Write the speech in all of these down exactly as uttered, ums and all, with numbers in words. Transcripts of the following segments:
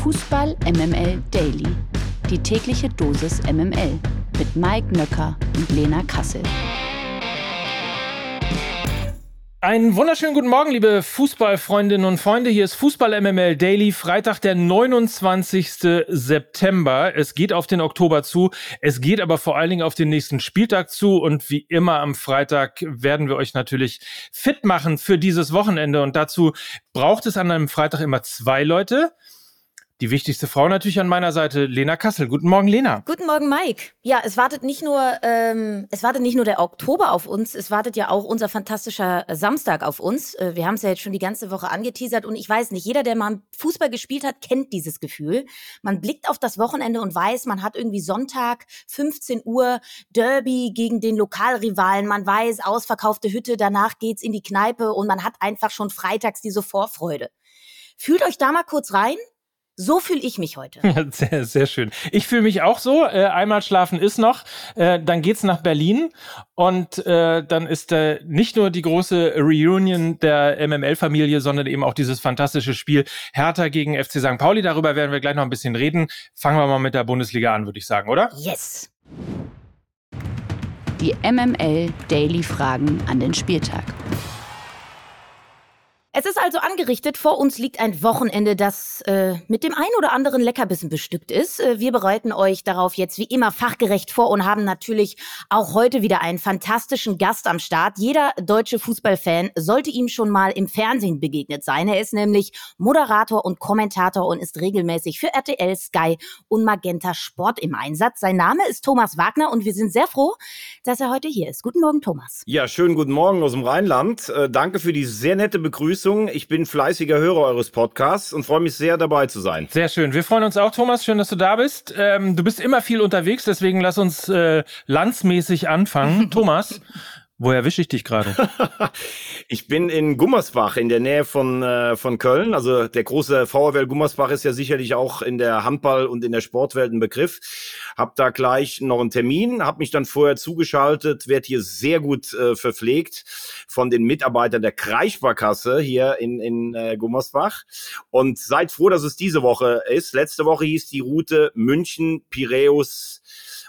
Fußball M M L Daily. Die tägliche Dosis M M L mit Mike Nöcker und Lena Kassel. Einen wunderschönen guten Morgen, liebe Fußballfreundinnen und Freunde. Hier ist Fußball M M L Daily, Freitag, der neunundzwanzigsten September. Es geht auf den Oktober zu. Es geht aber vor allen Dingen auf den nächsten Spieltag zu. Und wie immer am Freitag werden wir euch natürlich fit machen für dieses Wochenende. Und dazu braucht es an einem Freitag immer zwei Leute. Die wichtigste Frau natürlich an meiner Seite, Lena Kassel. Guten Morgen, Lena. Guten Morgen, Mike. Ja, es wartet nicht nur, ähm, es wartet nicht nur der Oktober auf uns, es wartet ja auch unser fantastischer Samstag auf uns. Äh, wir haben es ja jetzt schon die ganze Woche angeteasert und ich weiß nicht, jeder, der mal Fußball gespielt hat, kennt dieses Gefühl. Man blickt auf das Wochenende und weiß, man hat irgendwie Sonntag, fünfzehn Uhr, Derby gegen den Lokalrivalen. Man weiß, ausverkaufte Hütte, danach geht's in die Kneipe und man hat einfach schon freitags diese Vorfreude. Fühlt euch da mal kurz rein. So fühle ich mich heute. Ja, sehr, sehr schön. Ich fühle mich auch so. Äh, einmal schlafen ist noch. Äh, dann geht's nach Berlin. Und äh, dann ist äh, nicht nur die große Reunion der M M L-Familie, sondern eben auch dieses fantastische Spiel Hertha gegen F C Sankt Pauli. Darüber werden wir gleich noch ein bisschen reden. Fangen wir mal mit der Bundesliga an, würde ich sagen, oder? Yes. Die M M L Daily Fragen an den Spieltag. Es ist also angerichtet, vor uns liegt ein Wochenende, das äh, mit dem ein oder anderen Leckerbissen bestückt ist. Äh, wir bereiten euch darauf jetzt wie immer fachgerecht vor und haben natürlich auch heute wieder einen fantastischen Gast am Start. Jeder deutsche Fußballfan sollte ihm schon mal im Fernsehen begegnet sein. Er ist nämlich Moderator und Kommentator und ist regelmäßig für R T L, Sky und Magenta Sport im Einsatz. Sein Name ist Thomas Wagner und wir sind sehr froh, dass er heute hier ist. Guten Morgen, Thomas. Ja, schönen guten Morgen aus dem Rheinland. Äh, danke für die sehr nette Begrüßung. Ich bin fleißiger Hörer eures Podcasts und freue mich sehr, dabei zu sein. Sehr schön. Wir freuen uns auch, Thomas. Schön, dass du da bist. Ähm, du bist immer viel unterwegs, deswegen lass uns äh, landsmäßig anfangen. Thomas, wo erwische ich dich gerade? Ich bin in Gummersbach in der Nähe von äh, von Köln. Also der große VfL Gummersbach ist ja sicherlich auch in der Handball- und in der Sportwelt ein Begriff. Hab da gleich noch einen Termin, hab mich dann vorher zugeschaltet, werd hier sehr gut äh, verpflegt von den Mitarbeitern der Kreissparkasse hier in in äh, Gummersbach. Und seid froh, dass es diese Woche ist. Letzte Woche hieß die Route München, Piräus,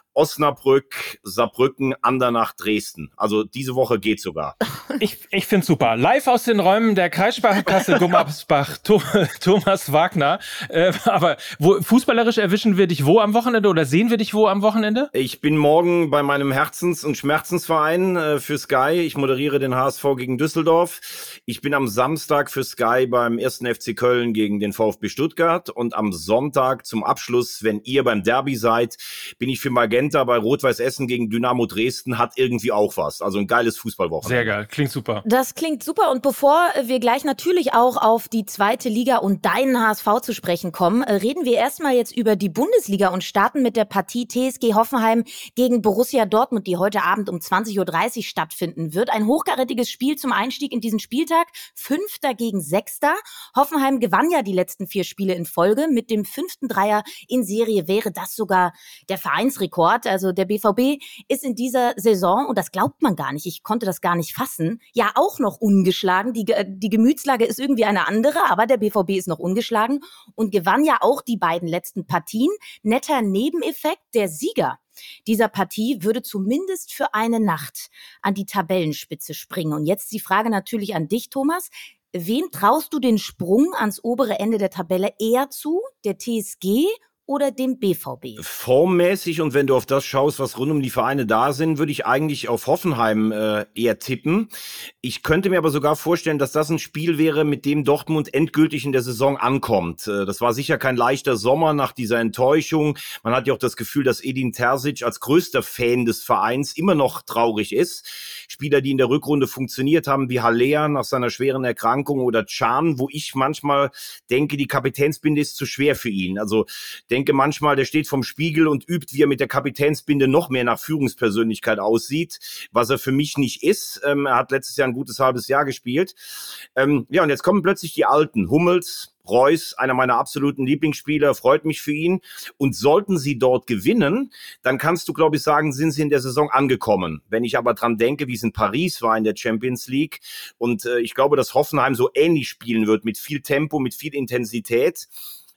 Osnabrück, Saarbrücken, Andernach, Dresden. Also diese Woche geht sogar. Ich, ich finde es super. Live aus den Räumen der Kreissparkasse Gummersbach, to- Thomas Wagner. Äh, aber wo, fußballerisch erwischen wir dich wo am Wochenende oder sehen wir dich wo am Wochenende? Ich bin morgen bei meinem Herzens- und Schmerzensverein äh, für Sky. Ich moderiere den H S V gegen Düsseldorf. Ich bin am Samstag für Sky beim ersten F C Köln gegen den VfB Stuttgart. Und am Sonntag zum Abschluss, wenn ihr beim Derby seid, bin ich für Magenta bei Rot-Weiß Essen gegen Dynamo Dresden. Hat irgendwie auch was. Also ein geiles Fußballwochenende. Sehr geil, klingt super. Das klingt super und bevor wir gleich natürlich auch auf die zweite Liga und deinen H S V zu sprechen kommen, reden wir erstmal jetzt über die Bundesliga und starten mit der Partie T S G Hoffenheim gegen Borussia Dortmund, die heute Abend um zwanzig Uhr dreißig stattfinden wird. Ein hochkarätiges Spiel zum Einstieg in diesen Spieltag. Fünfter gegen Sechster. Hoffenheim gewann ja die letzten vier Spiele in Folge. Mit dem fünften Dreier in Serie wäre das sogar der Vereinsrekord. Also der B V B ist in dieser Saison, und das glaubt man gar nicht, ich konnte das gar nicht fassen, ja auch noch ungeschlagen. Die, die Gemütslage ist irgendwie eine andere, aber der B V B ist noch ungeschlagen und gewann ja auch die beiden letzten Partien. Netter Nebeneffekt, der Sieger dieser Partie würde zumindest für eine Nacht an die Tabellenspitze springen. Und jetzt die Frage natürlich an dich, Thomas. Wem traust du den Sprung ans obere Ende der Tabelle eher zu? Der T S G oder dem B V B? Formmäßig, und wenn du auf das schaust, was rund um die Vereine da sind, würde ich eigentlich auf Hoffenheim äh, eher tippen. Ich könnte mir aber sogar vorstellen, dass das ein Spiel wäre, mit dem Dortmund endgültig in der Saison ankommt. Äh, das war sicher kein leichter Sommer nach dieser Enttäuschung. Man hat ja auch das Gefühl, dass Edin Terzic als größter Fan des Vereins immer noch traurig ist. Spieler, die in der Rückrunde funktioniert haben, wie Haller nach seiner schweren Erkrankung oder Can, wo ich manchmal denke, die Kapitänsbinde ist zu schwer für ihn. Also denke manchmal, der steht vorm Spiegel und übt, wie er mit der Kapitänsbinde noch mehr nach Führungspersönlichkeit aussieht, was er für mich nicht ist. Ähm, er hat letztes Jahr ein gutes halbes Jahr gespielt. Ähm, ja, und jetzt kommen plötzlich die Alten. Hummels, Reus, einer meiner absoluten Lieblingsspieler, freut mich für ihn. Und sollten sie dort gewinnen, dann kannst du, glaube ich, sagen, sind sie in der Saison angekommen. Wenn ich aber dran denke, wie es in Paris war in der Champions League, und äh, ich glaube, dass Hoffenheim so ähnlich spielen wird, mit viel Tempo, mit viel Intensität,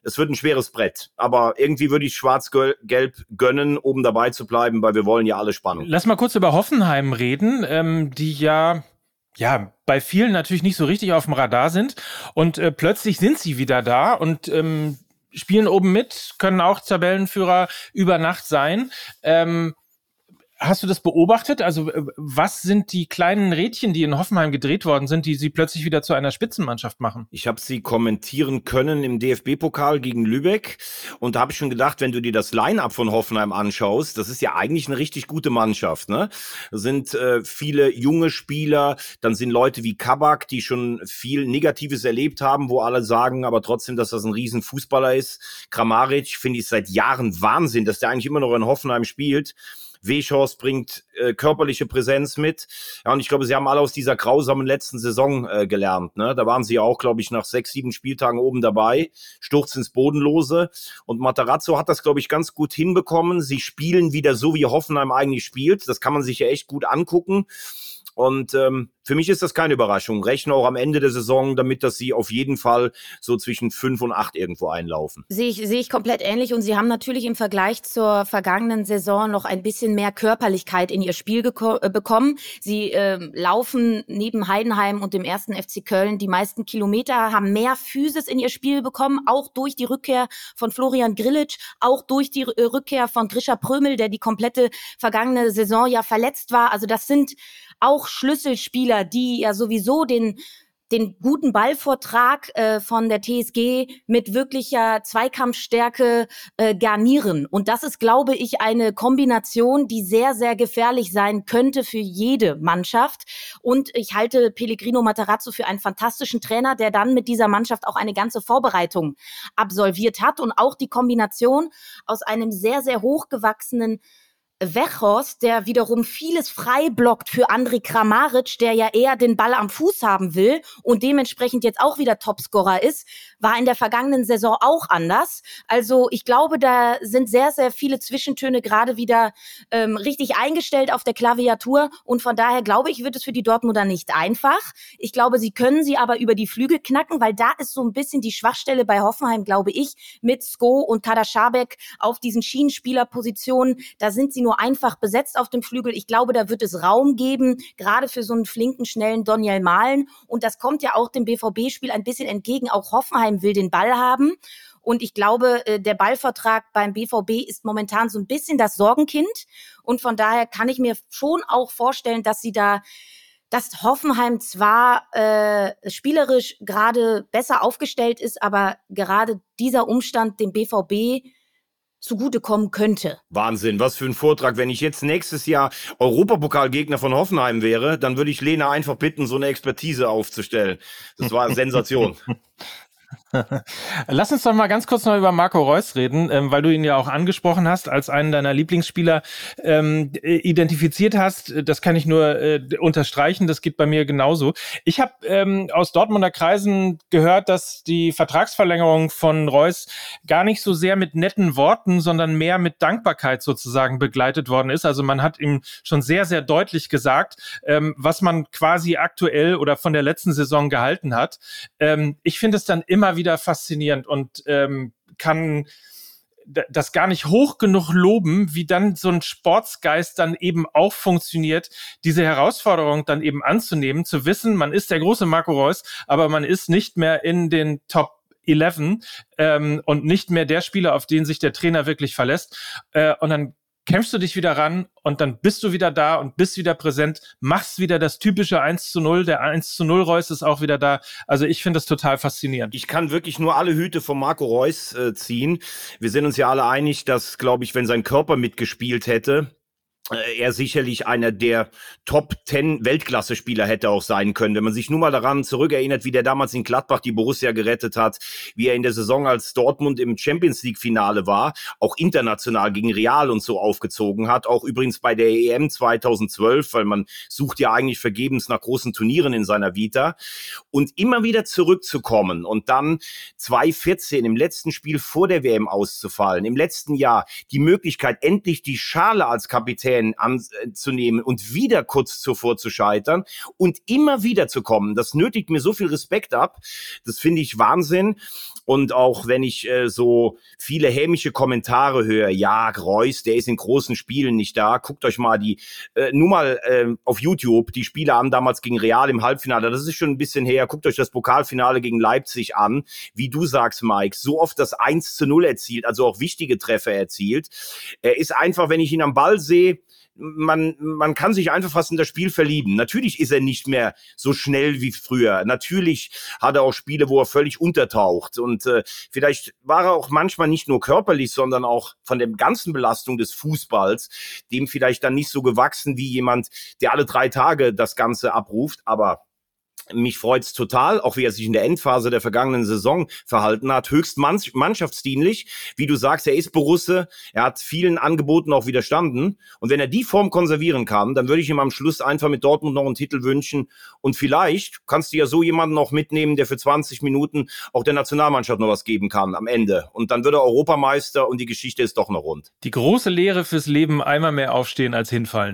es wird ein schweres Brett. Aber irgendwie würde ich Schwarz-Gelb gönnen, oben dabei zu bleiben, weil wir wollen ja alle Spannung. Lass mal kurz über Hoffenheim reden, ähm, die ja, ja bei vielen natürlich nicht so richtig auf dem Radar sind. Und äh, plötzlich sind sie wieder da und ähm, spielen oben mit, können auch Tabellenführer über Nacht sein. Ähm, Hast du das beobachtet? Also was sind die kleinen Rädchen, die in Hoffenheim gedreht worden sind, die sie plötzlich wieder zu einer Spitzenmannschaft machen? Ich habe sie kommentieren können im D F B-Pokal gegen Lübeck und da habe ich schon gedacht, wenn du dir das Line-Up von Hoffenheim anschaust, das ist ja eigentlich eine richtig gute Mannschaft, ne? Da sind äh, viele junge Spieler, dann sind Leute wie Kabak, die schon viel Negatives erlebt haben, wo alle sagen, aber trotzdem, dass das ein riesen Fußballer ist. Kramaric finde ich seit Jahren Wahnsinn, dass der eigentlich immer noch in Hoffenheim spielt. Weghorst bringt äh, körperliche Präsenz mit. Ja, und ich glaube, sie haben alle aus dieser grausamen letzten Saison äh, gelernt. Ne? Da waren sie auch, glaube ich, nach sechs, sieben Spieltagen oben dabei. Sturz ins Bodenlose. Und Matarazzo hat das, glaube ich, ganz gut hinbekommen. Sie spielen wieder so, wie Hoffenheim eigentlich spielt. Das kann man sich ja echt gut angucken. Und ähm, für mich ist das keine Überraschung. Rechne auch am Ende der Saison damit, dass sie auf jeden Fall so zwischen fünf und acht irgendwo einlaufen. Sehe ich, sehe ich komplett ähnlich. Und sie haben natürlich im Vergleich zur vergangenen Saison noch ein bisschen mehr Körperlichkeit in ihr Spiel geko- äh, bekommen. Sie äh, laufen neben Heidenheim und dem ersten F C Köln die meisten Kilometer, haben mehr Physis in ihr Spiel bekommen, auch durch die Rückkehr von Florian Grillitsch, auch durch die äh, Rückkehr von Grisha Prömel, der die komplette vergangene Saison ja verletzt war. Also das sind auch Schlüsselspieler, die ja sowieso den den guten Ballvortrag äh, von der T S G mit wirklicher Zweikampfstärke äh, garnieren. Und das ist, glaube ich, eine Kombination, die sehr, sehr gefährlich sein könnte für jede Mannschaft. Und ich halte Pellegrino Matarazzo für einen fantastischen Trainer, der dann mit dieser Mannschaft auch eine ganze Vorbereitung absolviert hat. Und auch die Kombination aus einem sehr, sehr hochgewachsenen Weghorst, der wiederum vieles frei blockt für Andrij Kramaric, der ja eher den Ball am Fuß haben will und dementsprechend jetzt auch wieder Topscorer ist, war in der vergangenen Saison auch anders. Also ich glaube, da sind sehr, sehr viele Zwischentöne gerade wieder ähm, richtig eingestellt auf der Klaviatur und von daher glaube ich, wird es für die Dortmunder nicht einfach. Ich glaube, sie können sie aber über die Flügel knacken, weil da ist so ein bisschen die Schwachstelle bei Hoffenheim, glaube ich, mit Sko und Kader Schabek auf diesen Schienenspielerpositionen. Da sind sie nur einfach besetzt auf dem Flügel. Ich glaube, da wird es Raum geben, gerade für so einen flinken, schnellen Doniel Mahlen. Und das kommt ja auch dem B V B-Spiel ein bisschen entgegen. Auch Hoffenheim will den Ball haben. Und ich glaube, der Ballvertrag beim B V B ist momentan so ein bisschen das Sorgenkind. Und von daher kann ich mir schon auch vorstellen, dass sie da dass Hoffenheim zwar äh, spielerisch gerade besser aufgestellt ist, aber gerade dieser Umstand dem B V B zugutekommen könnte. Wahnsinn, was für ein Vortrag. Wenn ich jetzt nächstes Jahr Europapokalgegner von Hoffenheim wäre, dann würde ich Lena einfach bitten, so eine Expertise aufzustellen. Das war eine Sensation. Lass uns doch mal ganz kurz noch über Marco Reus reden, ähm, weil du ihn ja auch angesprochen hast, als einen deiner Lieblingsspieler ähm, identifiziert hast. Das kann ich nur äh, unterstreichen, das geht bei mir genauso. Ich habe ähm, aus Dortmunder Kreisen gehört, dass die Vertragsverlängerung von Reus gar nicht so sehr mit netten Worten, sondern mehr mit Dankbarkeit sozusagen begleitet worden ist. Also man hat ihm schon sehr, sehr deutlich gesagt, ähm, was man quasi aktuell oder von der letzten Saison gehalten hat. Ähm, ich finde es dann immer wieder wieder faszinierend und ähm, kann d- das gar nicht hoch genug loben, wie dann so ein Sportsgeist dann eben auch funktioniert, diese Herausforderung dann eben anzunehmen, zu wissen, man ist der große Marco Reus, aber man ist nicht mehr in den Top elf ähm, und nicht mehr der Spieler, auf den sich der Trainer wirklich verlässt. Äh, und dann kämpfst du dich wieder ran und dann bist du wieder da und bist wieder präsent, machst wieder das typische eins zu null, der eins zu null Reus ist auch wieder da. Also ich finde das total faszinierend. Ich kann wirklich nur alle Hüte von Marco Reus äh, ziehen. Wir sind uns ja alle einig, dass, glaube ich, wenn sein Körper mitgespielt hätte, er sicherlich einer der Top zehn Weltklasse-Spieler hätte auch sein können. Wenn man sich nur mal daran zurückerinnert, wie der damals in Gladbach die Borussia gerettet hat, wie er in der Saison als Dortmund im Champions-League-Finale war, auch international gegen Real und so aufgezogen hat, auch übrigens bei der E M zweitausendzwölf, weil man sucht ja eigentlich vergebens nach großen Turnieren in seiner Vita, und immer wieder zurückzukommen und dann zweitausendvierzehn im letzten Spiel vor der W M auszufallen, im letzten Jahr die Möglichkeit, endlich die Schale als Kapitän Souverän anzunehmen und wieder kurz zuvor zu scheitern und immer wieder zu kommen, das nötigt mir so viel Respekt ab. Das finde ich Wahnsinn. Und auch wenn ich äh, so viele hämische Kommentare höre, ja, Reus, der ist in großen Spielen nicht da. Guckt euch mal die, äh, nur mal äh, auf YouTube, die Spiele an damals gegen Real im Halbfinale. Das ist schon ein bisschen her. Guckt euch das Pokalfinale gegen Leipzig an. Wie du sagst, Mike, so oft das eins zu null erzielt, also auch wichtige Treffer erzielt. Er ist einfach, wenn ich ihn am Ball sehe, Man, man kann sich einfach fast in das Spiel verlieben. Natürlich ist er nicht mehr so schnell wie früher. Natürlich hat er auch Spiele, wo er völlig untertaucht. Und äh, vielleicht war er auch manchmal nicht nur körperlich, sondern auch von der ganzen Belastung des Fußballs, dem vielleicht dann nicht so gewachsen wie jemand, der alle drei Tage das Ganze abruft. Aber mich freut's total, auch wie er sich in der Endphase der vergangenen Saison verhalten hat. Höchst mannschaftsdienlich. Wie du sagst, er ist Borusse. Er hat vielen Angeboten auch widerstanden. Und wenn er die Form konservieren kann, dann würde ich ihm am Schluss einfach mit Dortmund noch einen Titel wünschen. Und vielleicht kannst du ja so jemanden noch mitnehmen, der für zwanzig Minuten auch der Nationalmannschaft noch was geben kann am Ende. Und dann wird er Europameister und die Geschichte ist doch noch rund. Die große Lehre fürs Leben: einmal mehr aufstehen als hinfallen.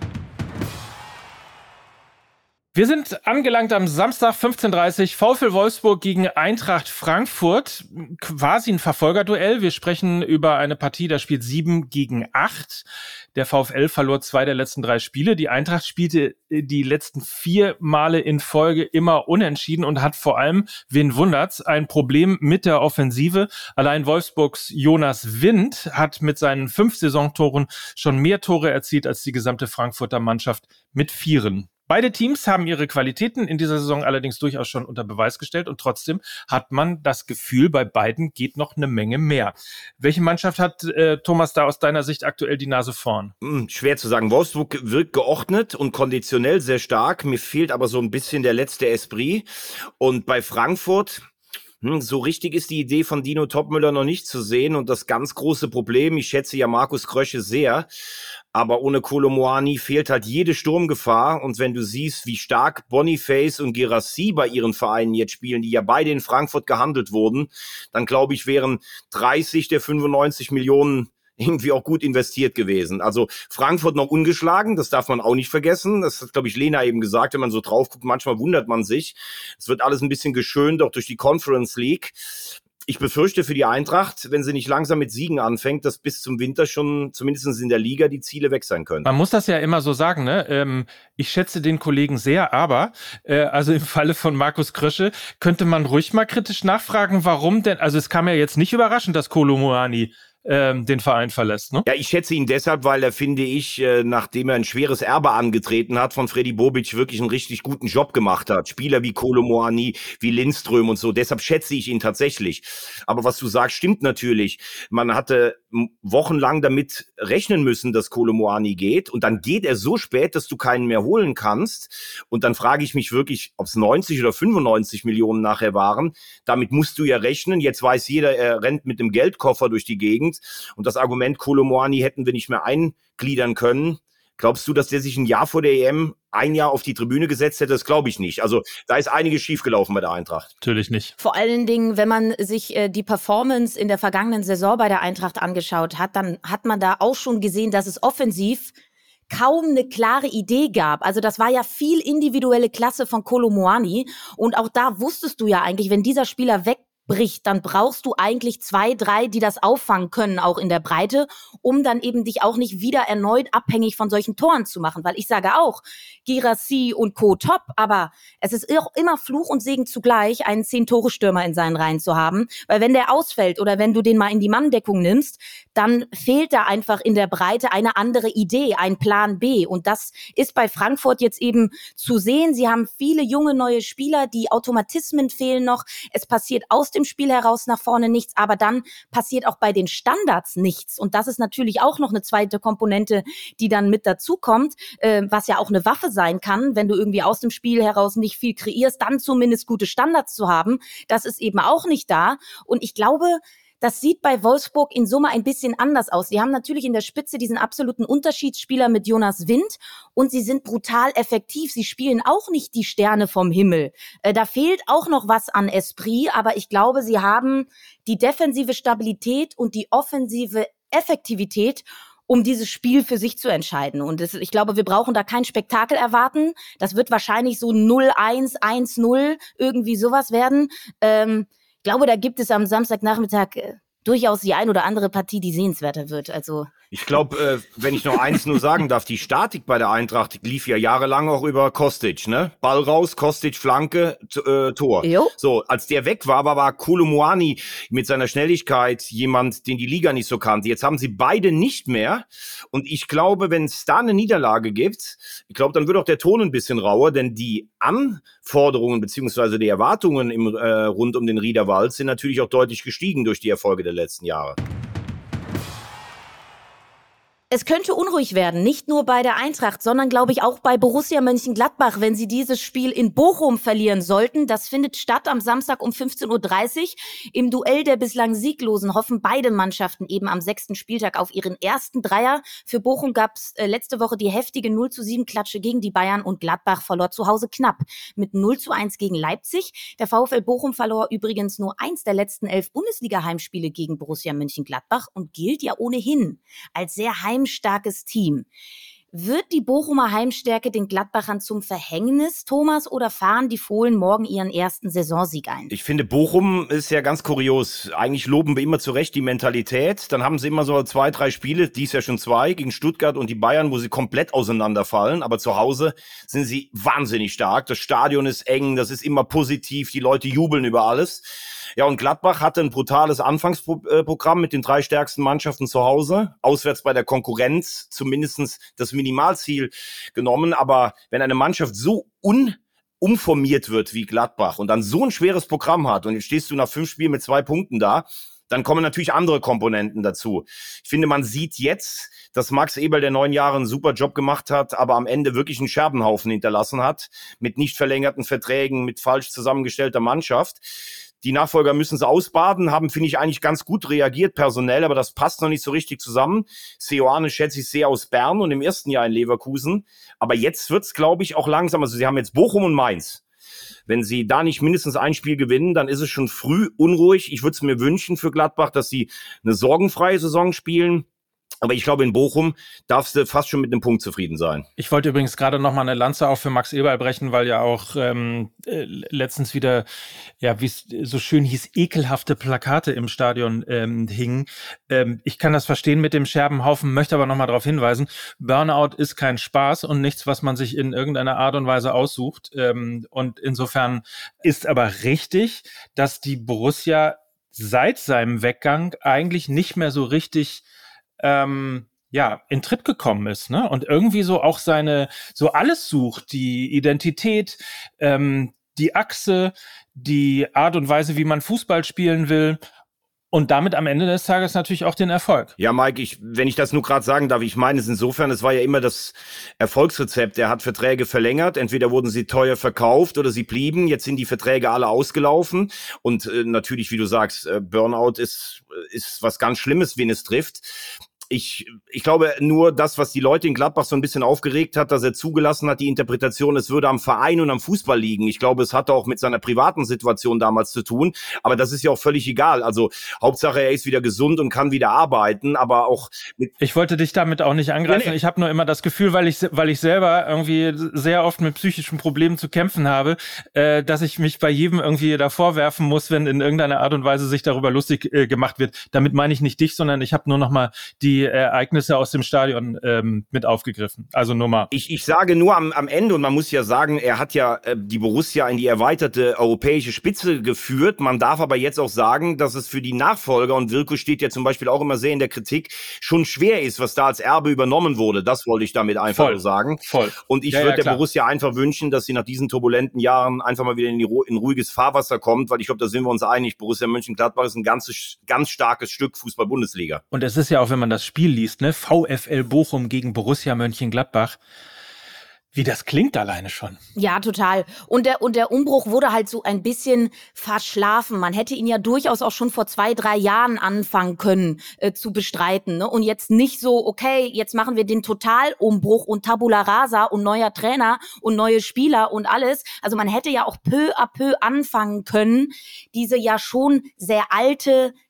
Wir sind angelangt am Samstag fünfzehn Uhr dreißig, VfL Wolfsburg gegen Eintracht Frankfurt. Quasi ein Verfolgerduell. Wir sprechen über eine Partie, da spielt sieben gegen acht. Der VfL verlor zwei der letzten drei Spiele. Die Eintracht spielte die letzten vier Male in Folge immer unentschieden und hat vor allem, wen wundert's, ein Problem mit der Offensive. Allein Wolfsburgs Jonas Wind hat mit seinen fünf Saisontoren schon mehr Tore erzielt als die gesamte Frankfurter Mannschaft mit Vieren. Beide Teams haben ihre Qualitäten in dieser Saison allerdings durchaus schon unter Beweis gestellt und trotzdem hat man das Gefühl, bei beiden geht noch eine Menge mehr. Welche Mannschaft hat, äh, Thomas, da aus deiner Sicht aktuell die Nase vorn? Hm, schwer zu sagen. Wolfsburg wirkt geordnet und konditionell sehr stark. Mir fehlt aber so ein bisschen der letzte Esprit. Und bei Frankfurt... Hm, so richtig ist die Idee von Dino Topmöller noch nicht zu sehen und das ganz große Problem, ich schätze ja Markus Krösche sehr, aber ohne Kolo Muani fehlt halt jede Sturmgefahr und wenn du siehst, wie stark Boniface und Guirassy bei ihren Vereinen jetzt spielen, die ja beide in Frankfurt gehandelt wurden, dann glaube ich, wären dreißig der fünfundneunzig Millionen irgendwie auch gut investiert gewesen. Also Frankfurt noch ungeschlagen, das darf man auch nicht vergessen. Das hat, glaube ich, Lena eben gesagt, wenn man so drauf guckt, manchmal wundert man sich. Es wird alles ein bisschen geschönt, auch durch die Conference League. Ich befürchte für die Eintracht, wenn sie nicht langsam mit Siegen anfängt, dass bis zum Winter schon zumindest in der Liga die Ziele weg sein können. Man muss das ja immer so sagen, ne? Ähm, ich schätze den Kollegen sehr, aber äh, also im Falle von Markus Krösche könnte man ruhig mal kritisch nachfragen, warum denn, also es kam ja jetzt nicht überraschend, dass Kolo Muani Ähm, den Verein verlässt, ne? Ja, ich schätze ihn deshalb, weil er, finde ich, äh, nachdem er ein schweres Erbe angetreten hat, von Freddy Bobic wirklich einen richtig guten Job gemacht hat. Spieler wie Kolo Muani, wie Lindström und so. Deshalb schätze ich ihn tatsächlich. Aber was du sagst, stimmt natürlich. Man hatte wochenlang damit rechnen müssen, dass Kolo Muani geht. Und dann geht er so spät, dass du keinen mehr holen kannst. Und dann frage ich mich wirklich, ob es neunzig oder fünfundneunzig Millionen nachher waren. Damit musst du ja rechnen. Jetzt weiß jeder, er rennt mit dem Geldkoffer durch die Gegend. Und das Argument, Kolo Muani hätten wir nicht mehr eingliedern können. Glaubst du, dass der sich ein Jahr vor der E M ein Jahr auf die Tribüne gesetzt hätte? Das glaube ich nicht. Also da ist einiges schiefgelaufen bei der Eintracht. Natürlich nicht. Vor allen Dingen, wenn man sich äh, die Performance in der vergangenen Saison bei der Eintracht angeschaut hat, dann hat man da auch schon gesehen, dass es offensiv kaum eine klare Idee gab. Also das war ja viel individuelle Klasse von Kolo Muani. Und auch da wusstest du ja eigentlich, wenn dieser Spieler weg bricht, dann brauchst du eigentlich zwei, drei, die das auffangen können, auch in der Breite, um dann eben dich auch nicht wieder erneut abhängig von solchen Toren zu machen. Weil ich sage auch, Guirassy und Co. top, aber es ist auch immer Fluch und Segen zugleich, einen Zehn-Tore-Stürmer in seinen Reihen zu haben. Weil wenn der ausfällt oder wenn du den mal in die Manndeckung nimmst, dann fehlt da einfach in der Breite eine andere Idee, ein Plan B. Und das ist bei Frankfurt jetzt eben zu sehen. Sie haben viele junge neue Spieler, die Automatismen fehlen noch. Es passiert aus dem Spiel heraus nach vorne nichts, aber dann passiert auch bei den Standards nichts. Und das ist natürlich auch noch eine zweite Komponente, die dann mit dazu kommt, äh, was ja auch eine Waffe sein kann, wenn du irgendwie aus dem Spiel heraus nicht viel kreierst, dann zumindest gute Standards zu haben. Das ist eben auch nicht da. Und ich glaube, das sieht bei Wolfsburg in Summe ein bisschen anders aus. Sie haben natürlich in der Spitze diesen absoluten Unterschiedsspieler mit Jonas Wind und sie sind brutal effektiv. Sie spielen auch nicht die Sterne vom Himmel. Äh, da fehlt auch noch was an Esprit, aber ich glaube, sie haben die defensive Stabilität und die offensive Effektivität, um dieses Spiel für sich zu entscheiden. Und das, ich glaube, wir brauchen da kein Spektakel erwarten. Das wird wahrscheinlich so null eins, eins null, irgendwie sowas werden. Ähm, ich glaube, da gibt es am Samstagnachmittag äh, durchaus die ein oder andere Partie, die sehenswerter wird. Also ich glaube, äh, wenn ich noch eins nur sagen darf, die Statik bei der Eintracht lief ja jahrelang auch über Kostic, ne? Ball raus, Kostic, Flanke, t- äh, Tor. Jo. So, als der weg war, war, war Kolo Muani mit seiner Schnelligkeit jemand, den die Liga nicht so kannte. Jetzt haben sie beide nicht mehr. Und ich glaube, wenn es da eine Niederlage gibt, ich glaube, dann wird auch der Ton ein bisschen rauer, denn die Anforderungen beziehungsweise die Erwartungen im, äh, rund um den Riederwald sind natürlich auch deutlich gestiegen durch die Erfolge der letzten Jahre. es könnte unruhig werden, nicht nur bei der Eintracht, sondern, glaube ich, auch bei Borussia Mönchengladbach, wenn sie dieses Spiel in Bochum verlieren sollten. Das findet statt am Samstag um fünfzehn Uhr dreißig. Im Duell der bislang Sieglosen hoffen beide Mannschaften eben am sechsten Spieltag auf ihren ersten Dreier. Für Bochum gab es äh, letzte Woche die heftige null zu sieben Klatsche gegen die Bayern und Gladbach verlor zu Hause knapp mit null zu eins gegen Leipzig. Der VfL Bochum verlor übrigens nur eins der letzten elf Bundesliga-Heimspiele gegen Borussia Mönchengladbach und gilt ja ohnehin als sehr heim starkes Team. Wird die Bochumer Heimstärke den Gladbachern zum Verhängnis, Thomas, oder fahren die Fohlen morgen ihren ersten Saisonsieg ein? Ich finde, Bochum ist ja ganz kurios. Eigentlich loben wir immer zu Recht die Mentalität. Dann haben sie immer so zwei, drei Spiele, dies ja schon zwei, gegen Stuttgart und die Bayern, wo sie komplett auseinanderfallen. Aber zu Hause sind sie wahnsinnig stark. Das Stadion ist eng, das ist immer positiv, die Leute jubeln über alles. Ja, und Gladbach hatte ein brutales Anfangsprogramm mit den drei stärksten Mannschaften zu Hause. Auswärts bei der Konkurrenz zumindest das Minimalziel genommen. Aber wenn eine Mannschaft so un umformiert wird wie Gladbach und dann so ein schweres Programm hat und jetzt stehst du nach fünf Spielen mit zwei Punkten da, dann kommen natürlich andere Komponenten dazu. Ich finde, man sieht jetzt, dass Max Eberl, der neun Jahre einen super Job gemacht hat, aber am Ende wirklich einen Scherbenhaufen hinterlassen hat, mit nicht verlängerten Verträgen, mit falsch zusammengestellter Mannschaft. Die Nachfolger müssen es ausbaden, haben, finde ich, eigentlich ganz gut reagiert personell, aber das passt noch nicht so richtig zusammen. Seoane schätze ich sehr aus Bern und im ersten Jahr in Leverkusen. Aber jetzt wird's, glaube ich, auch langsam. Also sie haben jetzt Bochum und Mainz. Wenn sie da nicht mindestens ein Spiel gewinnen, dann ist es schon früh unruhig. Ich würde es mir wünschen für Gladbach, dass sie eine sorgenfreie Saison spielen. Aber ich glaube, in Bochum darfst du fast schon mit einem Punkt zufrieden sein. Ich wollte übrigens gerade noch mal eine Lanze auch für Max Eberl brechen, weil ja auch ähm, äh, letztens wieder, ja, wie es so schön hieß, ekelhafte Plakate im Stadion ähm, hingen. Ähm, ich kann das verstehen mit dem Scherbenhaufen, möchte aber noch mal darauf hinweisen, Burnout ist kein Spaß und nichts, was man sich in irgendeiner Art und Weise aussucht. Ähm, und insofern ist aber richtig, dass die Borussia seit seinem Weggang eigentlich nicht mehr so richtig Ähm, ja, in Tritt gekommen ist, ne? Und irgendwie so auch seine, so alles sucht, die Identität, ähm, die Achse, die Art und Weise, wie man Fußball spielen will. Und damit am Ende des Tages natürlich auch den Erfolg. Ja, Mike, ich, wenn ich das nur gerade sagen darf, ich meine es insofern, es war ja immer das Erfolgsrezept. Er hat Verträge verlängert, entweder wurden sie teuer verkauft oder sie blieben. Jetzt sind die Verträge alle ausgelaufen. Und äh, natürlich, wie du sagst, äh, Burnout ist, ist was ganz Schlimmes, wen es trifft. Ich, ich glaube nur, das, was die Leute in Gladbach so ein bisschen aufgeregt hat, dass er zugelassen hat, die Interpretation, es würde am Verein und am Fußball liegen. Ich glaube, es hatte auch mit seiner privaten Situation damals zu tun. Aber das ist ja auch völlig egal. Also Hauptsache, er ist wieder gesund und kann wieder arbeiten. Aber auch mit Ich wollte dich damit auch nicht angreifen. Nee, nee. Ich habe nur immer das Gefühl, weil ich weil ich selber irgendwie sehr oft mit psychischen Problemen zu kämpfen habe, äh, dass ich mich bei jedem irgendwie davor werfen muss, wenn in irgendeiner Art und Weise sich darüber lustig äh, gemacht wird. Damit meine ich nicht dich, sondern ich habe nur noch mal die Ereignisse aus dem Stadion ähm, mit aufgegriffen. Also nur mal. Ich, ich sage nur am, am Ende, und man muss ja sagen, er hat ja äh, die Borussia in die erweiterte europäische Spitze geführt. Man darf aber jetzt auch sagen, dass es für die Nachfolger, und Wilko steht ja zum Beispiel auch immer sehr in der Kritik, schon schwer ist, was da als Erbe übernommen wurde. Das wollte ich damit einfach Voll. nur sagen. Voll. Und ich Ja, würde ja, der klar. Borussia einfach wünschen, dass sie nach diesen turbulenten Jahren einfach mal wieder in, die, Ru- in ruhiges Fahrwasser kommt, weil ich glaube, da sind wir uns einig. Borussia Mönchengladbach ist ein ganzes, ganz starkes Stück Fußball-Bundesliga. Und es ist ja auch, wenn man das Spiel liest, ne, VfL Bochum gegen Borussia Mönchengladbach, wie das klingt alleine schon. Ja, total. Und der, und der Umbruch wurde halt so ein bisschen verschlafen. Man hätte ihn ja durchaus auch schon vor zwei, drei Jahren anfangen können äh, zu bestreiten. Ne? Und jetzt nicht so, okay, jetzt machen wir den Totalumbruch und Tabula Rasa und neuer Trainer und neue Spieler und alles. Also man hätte ja auch peu à peu anfangen können, diese ja schon sehr alte,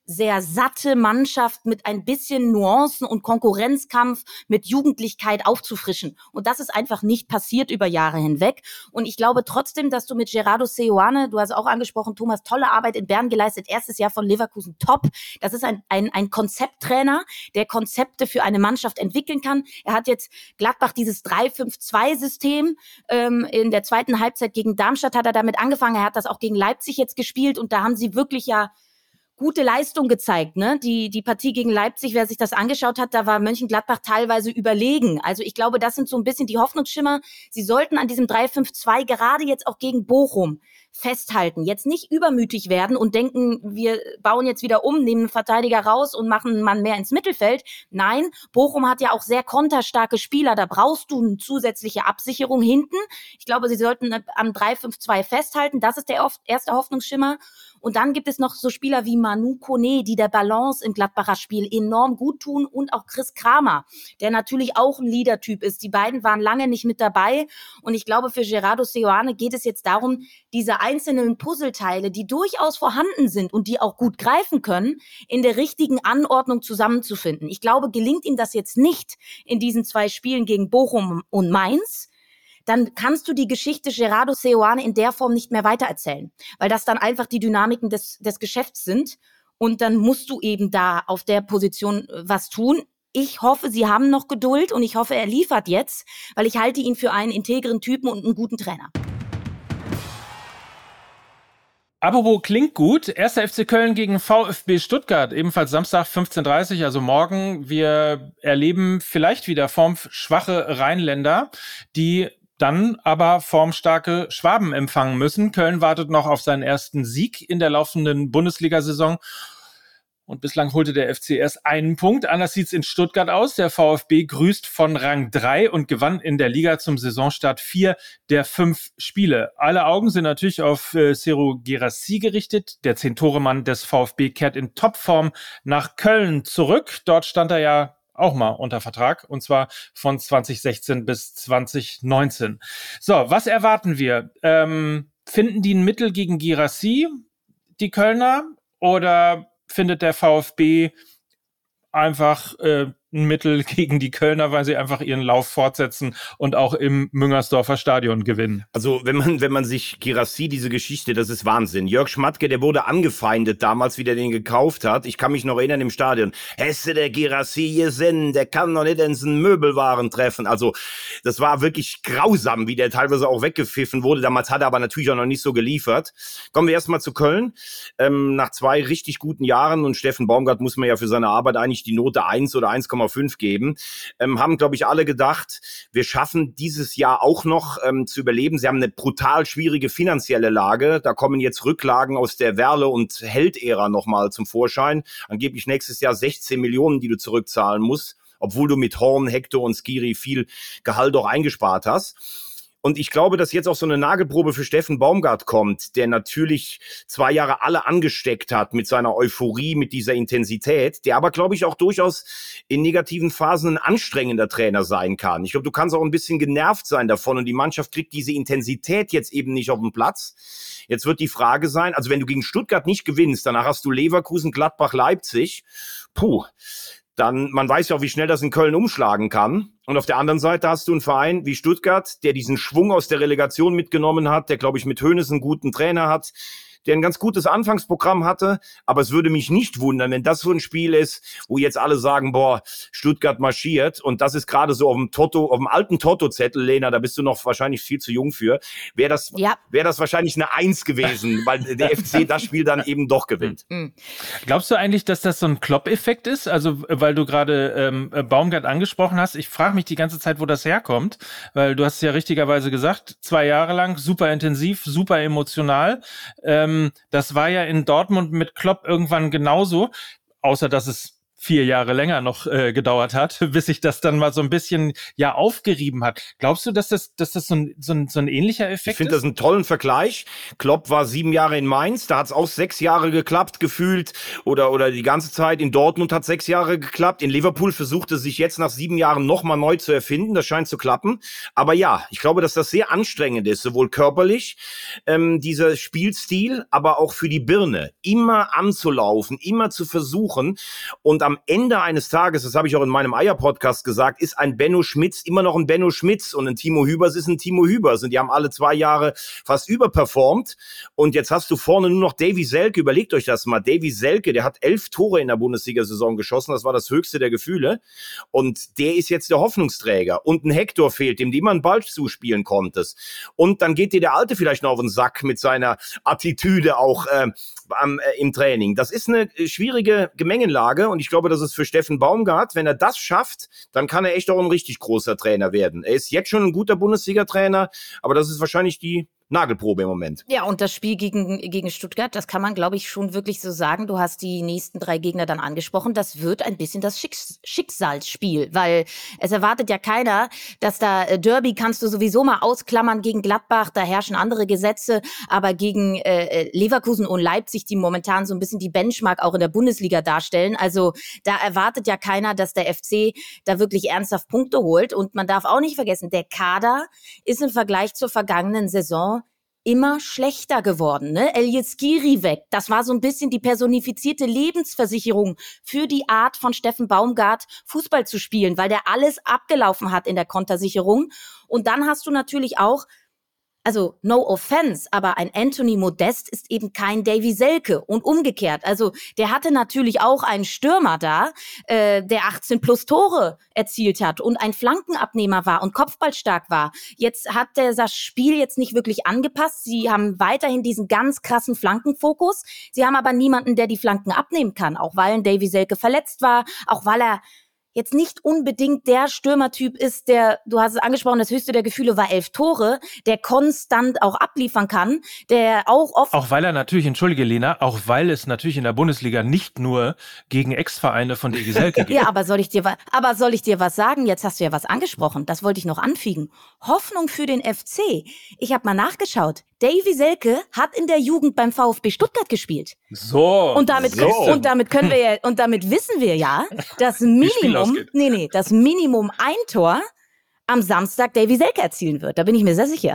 sehr satte Mannschaft mit ein bisschen Nuancen und Konkurrenzkampf mit Jugendlichkeit aufzufrischen. Und das ist einfach nicht passiert über Jahre hinweg. Und ich glaube trotzdem, dass du mit Gerardo Seoane, du hast auch angesprochen, Thomas, tolle Arbeit in Bern geleistet, erstes Jahr von Leverkusen, top. Das ist ein, ein, ein Konzepttrainer, der Konzepte für eine Mannschaft entwickeln kann. Er hat jetzt Gladbach dieses drei fünf zwei System ähm, in der zweiten Halbzeit gegen Darmstadt hat er damit angefangen. Er hat das auch gegen Leipzig jetzt gespielt und da haben sie wirklich ja gute Leistung gezeigt, ne? Die, die Partie gegen Leipzig, wer sich das angeschaut hat, da war Mönchengladbach teilweise überlegen. Also ich glaube, das sind so ein bisschen die Hoffnungsschimmer. Sie sollten an diesem drei fünf zwei gerade jetzt auch gegen Bochum festhalten. Jetzt nicht übermütig werden und denken, wir bauen jetzt wieder um, nehmen einen Verteidiger raus und machen einen Mann mehr ins Mittelfeld. Nein, Bochum hat ja auch sehr konterstarke Spieler. Da brauchst du eine zusätzliche Absicherung hinten. Ich glaube, sie sollten am drei fünf zwei festhalten. Das ist der erste Hoffnungsschimmer. Und dann gibt es noch so Spieler wie Manu Kone, die der Balance im Gladbacher Spiel enorm gut tun und auch Chris Kramer, der natürlich auch ein Leader-Typ ist. Die beiden waren lange nicht mit dabei und ich glaube, für Gerardo Seoane geht es jetzt darum, diese einzelnen Puzzleteile, die durchaus vorhanden sind und die auch gut greifen können, in der richtigen Anordnung zusammenzufinden. Ich glaube, gelingt ihm das jetzt nicht in diesen zwei Spielen gegen Bochum und Mainz, dann kannst du die Geschichte Gerardo Seoane in der Form nicht mehr weitererzählen, weil das dann einfach die Dynamiken des, des Geschäfts sind und dann musst du eben da auf der Position was tun. Ich hoffe, sie haben noch Geduld und ich hoffe, er liefert jetzt, weil ich halte ihn für einen integren Typen und einen guten Trainer. Apropos klingt gut, erster F C Köln gegen VfB Stuttgart, ebenfalls Samstag fünfzehn Uhr dreißig, also morgen. Wir erleben vielleicht wieder formschwache Rheinländer, die dann aber formstarke Schwaben empfangen müssen. Köln wartet noch auf seinen ersten Sieg in der laufenden Bundesliga-Saison. Und bislang holte der F C erst einen Punkt. Anders sieht's in Stuttgart aus. Der VfB grüßt von Rang drei und gewann in der Liga zum Saisonstart vier der fünf Spiele. Alle Augen sind natürlich auf äh, Serhou Guirassy gerichtet. Der Zehn-Tore-Mann des VfB kehrt in Topform nach Köln zurück. Dort stand er ja auch mal unter Vertrag, und zwar von zwanzig sechzehn bis zwanzig neunzehn. So, was erwarten wir? Ähm, finden die ein Mittel gegen Guirassy, die Kölner, oder findet der VfB einfach äh, ein Mittel gegen die Kölner, weil sie einfach ihren Lauf fortsetzen und auch im Müngersdorfer Stadion gewinnen? Also wenn man wenn man sich Guirassy, diese Geschichte, das ist Wahnsinn. Jörg Schmatke, der wurde angefeindet damals, wie der den gekauft hat. Ich kann mich noch erinnern im Stadion. Hesse der Guirassy gesehen, der kann doch nicht in den Möbelwaren treffen. Also das war wirklich grausam, wie der teilweise auch weggepfiffen wurde. Damals hat er aber natürlich auch noch nicht so geliefert. Kommen wir erstmal zu Köln. Ähm, nach zwei richtig guten Jahren, und Steffen Baumgart muss man ja für seine Arbeit eigentlich die Note eins oder eins Komma fünf geben, ähm, haben, glaube ich, alle gedacht, wir schaffen dieses Jahr auch noch ähm, zu überleben. Sie haben eine brutal schwierige finanzielle Lage. Da kommen jetzt Rücklagen aus der Werle- und Held-Ära nochmal zum Vorschein. Angeblich nächstes Jahr sechzehn Millionen, die du zurückzahlen musst, obwohl du mit Horn, Hector und Skiri viel Gehalt auch eingespart hast. Und ich glaube, dass jetzt auch so eine Nagelprobe für Steffen Baumgart kommt, der natürlich zwei Jahre alle angesteckt hat mit seiner Euphorie, mit dieser Intensität, der aber, glaube ich, auch durchaus in negativen Phasen ein anstrengender Trainer sein kann. Ich glaube, du kannst auch ein bisschen genervt sein davon und die Mannschaft kriegt diese Intensität jetzt eben nicht auf den Platz. Jetzt wird die Frage sein, also wenn du gegen Stuttgart nicht gewinnst, danach hast du Leverkusen, Gladbach, Leipzig, puh, dann, man weiß ja auch, wie schnell das in Köln umschlagen kann. Und auf der anderen Seite hast du einen Verein wie Stuttgart, der diesen Schwung aus der Relegation mitgenommen hat, der, glaube ich, mit Hoeneß einen guten Trainer hat, der ein ganz gutes Anfangsprogramm hatte, aber es würde mich nicht wundern, wenn das so ein Spiel ist, wo jetzt alle sagen, boah, Stuttgart marschiert, und das ist gerade so auf dem Toto, auf dem alten Toto-Zettel, Lena, da bist du noch wahrscheinlich viel zu jung für, wäre das, ja. wäre das wahrscheinlich eine Eins gewesen, weil der F C das Spiel dann eben doch gewinnt. Glaubst du eigentlich, dass das so ein Klopp-Effekt ist? Also, weil du gerade ähm, Baumgart angesprochen hast, ich frage mich die ganze Zeit, wo das herkommt, weil du hast es ja richtigerweise gesagt, zwei Jahre lang, super intensiv, super emotional, ähm, das war ja in Dortmund mit Klopp irgendwann genauso, außer dass es vier Jahre länger noch äh, gedauert hat, bis sich das dann mal so ein bisschen ja aufgerieben hat. Glaubst du, dass das, dass das so ein, so ein, so ein ähnlicher Effekt ich finde das einen tollen Vergleich. Klopp war sieben Jahre in Mainz, da hat es auch sechs Jahre geklappt, gefühlt. Oder, oder die ganze Zeit in Dortmund hat sechs Jahre geklappt. In Liverpool versucht es sich jetzt nach sieben Jahren nochmal neu zu erfinden. Das scheint zu klappen. Aber ja, ich glaube, dass das sehr anstrengend ist, sowohl körperlich, ähm, dieser Spielstil, aber auch für die Birne. Immer anzulaufen, immer zu versuchen. Und am Ende eines Tages, das habe ich auch in meinem Eier-Podcast gesagt, ist ein Benno Schmitz immer noch ein Benno Schmitz und ein Timo Hübers ist ein Timo Hübers. Und die haben alle zwei Jahre fast überperformt. Und jetzt hast du vorne nur noch Davy Selke. Überlegt euch das mal. Davy Selke, der hat elf Tore in der Bundesliga-Saison geschossen. Das war das höchste der Gefühle. Und der ist jetzt der Hoffnungsträger. Und ein Hector fehlt, dem du immer einen Ball zuspielen konntest. Und dann geht dir der Alte vielleicht noch auf den Sack mit seiner Attitüde auch äh, am, äh, im Training. Das ist eine schwierige Gemengelage. Und ich glaube, dass es für Steffen Baumgart, wenn er das schafft, dann kann er echt auch ein richtig großer Trainer werden. Er ist jetzt schon ein guter Bundesliga-Trainer, aber das ist wahrscheinlich die Nagelprobe im Moment. Ja, und das Spiel gegen, gegen Stuttgart, das kann man, glaube ich, schon wirklich so sagen. Du hast die nächsten drei Gegner dann angesprochen. Das wird ein bisschen das Schicks- Schicksalsspiel, weil es erwartet ja keiner, dass da äh, Derby kannst du sowieso mal ausklammern gegen Gladbach. Da herrschen andere Gesetze, aber gegen äh, Leverkusen und Leipzig, die momentan so ein bisschen die Benchmark auch in der Bundesliga darstellen. Also da erwartet ja keiner, dass der F C da wirklich ernsthaft Punkte holt. Und man darf auch nicht vergessen, der Kader ist im Vergleich zur vergangenen Saison immer schlechter geworden, ne? El Skiri weg. Das war so ein bisschen die personifizierte Lebensversicherung für die Art von Steffen Baumgart, Fußball zu spielen, weil der alles abgelaufen hat in der Kontersicherung. Und dann hast du natürlich auch, also no offense, aber ein Anthony Modest ist eben kein Davy Selke und umgekehrt. Also der hatte natürlich auch einen Stürmer da, äh, der achtzehn plus Tore erzielt hat und ein Flankenabnehmer war und kopfballstark war. Jetzt hat der das Spiel jetzt nicht wirklich angepasst. Sie haben weiterhin diesen ganz krassen Flankenfokus. Sie haben aber niemanden, der die Flanken abnehmen kann, auch weil ein Davy Selke verletzt war, auch weil er jetzt nicht unbedingt der Stürmertyp ist, der, du hast es angesprochen, das höchste der Gefühle war elf Tore, der konstant auch abliefern kann, der auch oft... Auch weil er natürlich, entschuldige Lena, auch weil es natürlich in der Bundesliga nicht nur gegen Ex-Vereine von Davy Selke geht. Ja, aber soll ich dir was, aber soll ich dir was sagen? Jetzt hast du ja was angesprochen, das wollte ich noch anfügen. Hoffnung für den F C. Ich habe mal nachgeschaut. Davy Selke hat in der Jugend beim VfB Stuttgart gespielt. So. Und damit, so. und damit können wir ja, und damit wissen wir ja, das Minimum, nee, nee, das Minimum ein Tor am Samstag Davy Selke erzielen wird. Da bin ich mir sehr sicher.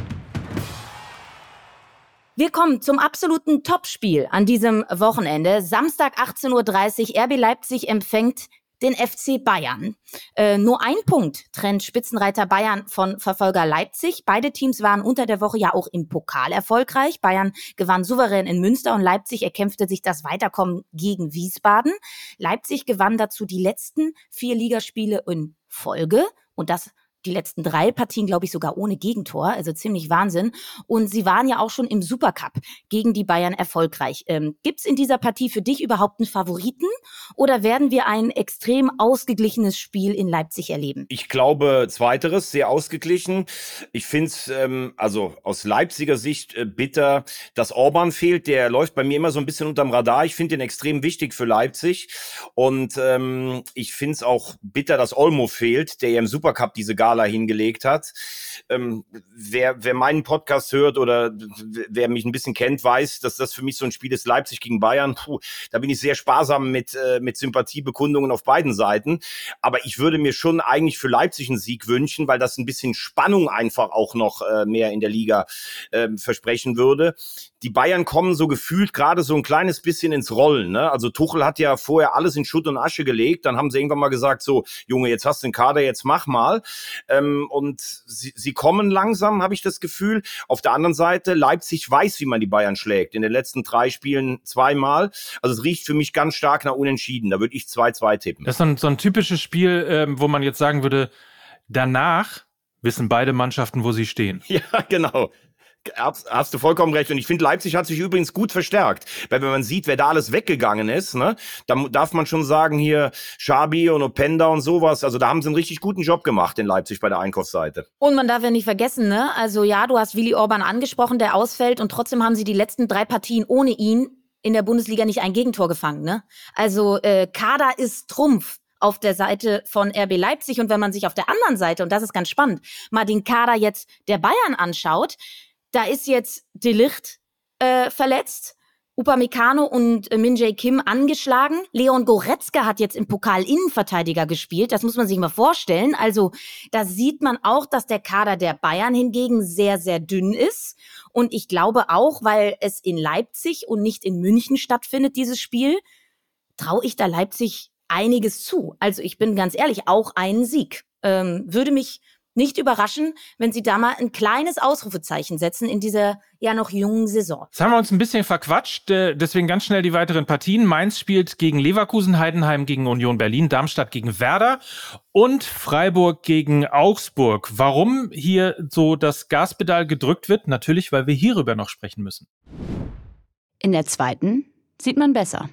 Wir kommen zum absoluten Topspiel an diesem Wochenende. Samstag achtzehn Uhr dreißig, R B Leipzig empfängt den F C Bayern. Äh, nur ein Punkt trennt Spitzenreiter Bayern von Verfolger Leipzig. Beide Teams waren unter der Woche ja auch im Pokal erfolgreich. Bayern gewann souverän in Münster und Leipzig erkämpfte sich das Weiterkommen gegen Wiesbaden. Leipzig gewann dazu die letzten vier Ligaspiele in Folge und das die letzten drei Partien, glaube ich, sogar ohne Gegentor, also ziemlich Wahnsinn. Und sie waren ja auch schon im Supercup gegen die Bayern erfolgreich. Ähm, gibt's in dieser Partie für dich überhaupt einen Favoriten oder werden wir ein extrem ausgeglichenes Spiel in Leipzig erleben? Ich glaube, zweiteres, sehr ausgeglichen. Ich finde es, ähm, also aus Leipziger Sicht äh, bitter, dass Orban fehlt. Der läuft bei mir immer so ein bisschen unterm Radar. Ich finde den extrem wichtig für Leipzig. Und ähm, ich finde es auch bitter, dass Olmo fehlt, der ja im Supercup diese Gala hingelegt hat. Ähm, wer, wer meinen Podcast hört oder wer mich ein bisschen kennt, weiß, dass das für mich so ein Spiel ist, Leipzig gegen Bayern. Puh, da bin ich sehr sparsam mit, äh, mit Sympathiebekundungen auf beiden Seiten. Aber ich würde mir schon eigentlich für Leipzig einen Sieg wünschen, weil das ein bisschen Spannung einfach auch noch äh, mehr in der Liga äh, versprechen würde. Die Bayern kommen so gefühlt gerade so ein kleines bisschen ins Rollen, ne? Also Tuchel hat ja vorher alles in Schutt und Asche gelegt. Dann haben sie irgendwann mal gesagt, so, Junge, jetzt hast du den Kader, jetzt mach mal. Ähm, und sie, sie kommen langsam, habe ich das Gefühl. Auf der anderen Seite, Leipzig weiß, wie man die Bayern schlägt. In den letzten drei Spielen zweimal. Also es riecht für mich ganz stark nach Unentschieden. Da würde ich zwei zwei tippen. Das ist so ein, so ein typisches Spiel, ähm, wo man jetzt sagen würde, danach wissen beide Mannschaften, wo sie stehen. Ja, genau. Hast, hast du vollkommen recht. Und ich finde, Leipzig hat sich übrigens gut verstärkt. Weil wenn man sieht, wer da alles weggegangen ist, ne, dann darf man schon sagen, hier Xabi und Openda und sowas. Also da haben sie einen richtig guten Job gemacht in Leipzig bei der Einkaufsseite. Und man darf ja nicht vergessen, ne? Also ja, du hast Willi Orban angesprochen, der ausfällt. Und trotzdem haben sie die letzten drei Partien ohne ihn in der Bundesliga nicht ein Gegentor gefangen, ne? Also äh, Kader ist Trumpf auf der Seite von R B Leipzig. Und wenn man sich auf der anderen Seite, und das ist ganz spannend, mal den Kader jetzt der Bayern anschaut, da ist jetzt De Ligt äh, verletzt, Upamecano und äh, Min-Jae Kim angeschlagen. Leon Goretzka hat jetzt im Pokal Innenverteidiger gespielt. Das muss man sich mal vorstellen. Also da sieht man auch, dass der Kader der Bayern hingegen sehr, sehr dünn ist. Und ich glaube auch, weil es in Leipzig und nicht in München stattfindet, dieses Spiel, traue ich da Leipzig einiges zu. Also ich bin ganz ehrlich, auch einen Sieg. Ähm, würde mich nicht überraschen, wenn sie da mal ein kleines Ausrufezeichen setzen in dieser ja noch jungen Saison. Jetzt haben wir uns ein bisschen verquatscht, deswegen ganz schnell die weiteren Partien. Mainz spielt gegen Leverkusen, Heidenheim gegen Union Berlin, Darmstadt gegen Werder und Freiburg gegen Augsburg. Warum hier so das Gaspedal gedrückt wird? Natürlich, weil wir hierüber noch sprechen müssen. In der zweiten sieht man besser.